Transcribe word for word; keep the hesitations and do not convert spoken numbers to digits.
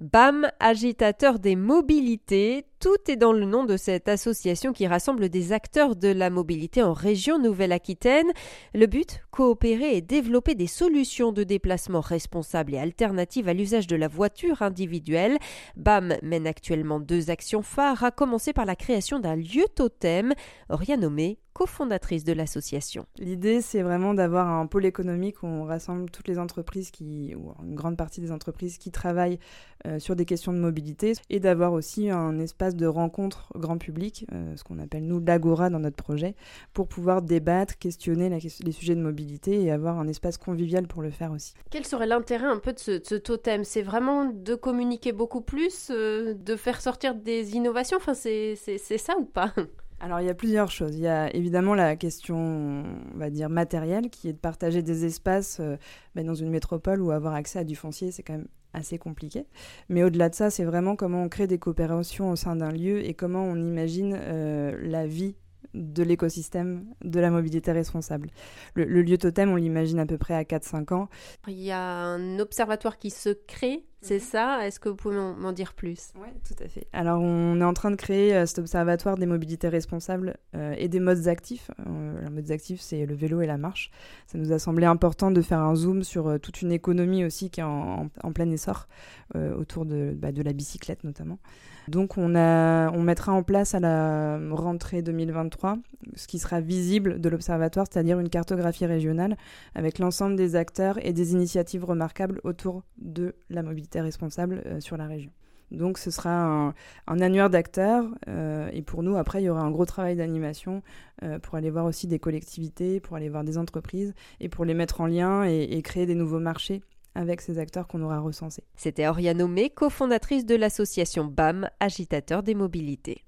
B A M, agitateur des mobilités. Tout est dans le nom de cette association qui rassemble des acteurs de la mobilité en région Nouvelle-Aquitaine. Le but, coopérer et développer des solutions de déplacement responsables et alternatives à l'usage de la voiture individuelle. B A M mène actuellement deux actions phares, à commencer par la création d'un lieu totem. Oriane Homé, cofondatrice de l'association. L'idée, c'est vraiment d'avoir un pôle économique où on rassemble toutes les entreprises, qui, ou une grande partie des entreprises qui travaillent euh, sur des questions de mobilité, et d'avoir aussi un espace de rencontre grand public, euh, ce qu'on appelle nous l'agora dans notre projet, pour pouvoir débattre, questionner la, les sujets de mobilité et avoir un espace convivial pour le faire aussi. Quel serait l'intérêt un peu de ce, de ce totem ? C'est vraiment de communiquer beaucoup plus, euh, de faire sortir des innovations, enfin c'est, c'est, c'est ça ou pas ? Alors, il y a plusieurs choses. Il y a évidemment la question, on va dire, matérielle, qui est de partager des espaces euh, ben, dans une métropole où avoir accès à du foncier, c'est quand même assez compliqué. Mais au-delà de ça, c'est vraiment comment on crée des coopérations au sein d'un lieu et comment on imagine euh, la vie de l'écosystème de la mobilité responsable. Le, le lieu totem, on l'imagine à peu près à quatre à cinq ans. Il y a un observatoire qui se crée, c'est ça ? Est-ce que vous pouvez m'en, m'en dire plus ? Oui, tout à fait. Alors, on est en train de créer euh, cet observatoire des mobilités responsables euh, et des modes actifs. Euh, les modes actifs, c'est le vélo et la marche. Ça nous a semblé important de faire un zoom sur euh, toute une économie aussi qui est en, en, en plein essor, euh, autour de, bah, de la bicyclette notamment. Donc, on, a, on mettra en place à la rentrée deux mille vingt-trois ce qui sera visible de l'observatoire, c'est-à-dire une cartographie régionale avec l'ensemble des acteurs et des initiatives remarquables autour de la mobilité responsable euh, sur la région. Donc, ce sera un, un annuaire d'acteurs euh, et pour nous, après, il y aura un gros travail d'animation euh, pour aller voir aussi des collectivités, pour aller voir des entreprises et pour les mettre en lien et, et créer des nouveaux marchés avec ces acteurs qu'on aura recensés. C'était Oriane Homé, cofondatrice de l'association B A M, agitateur des mobilités.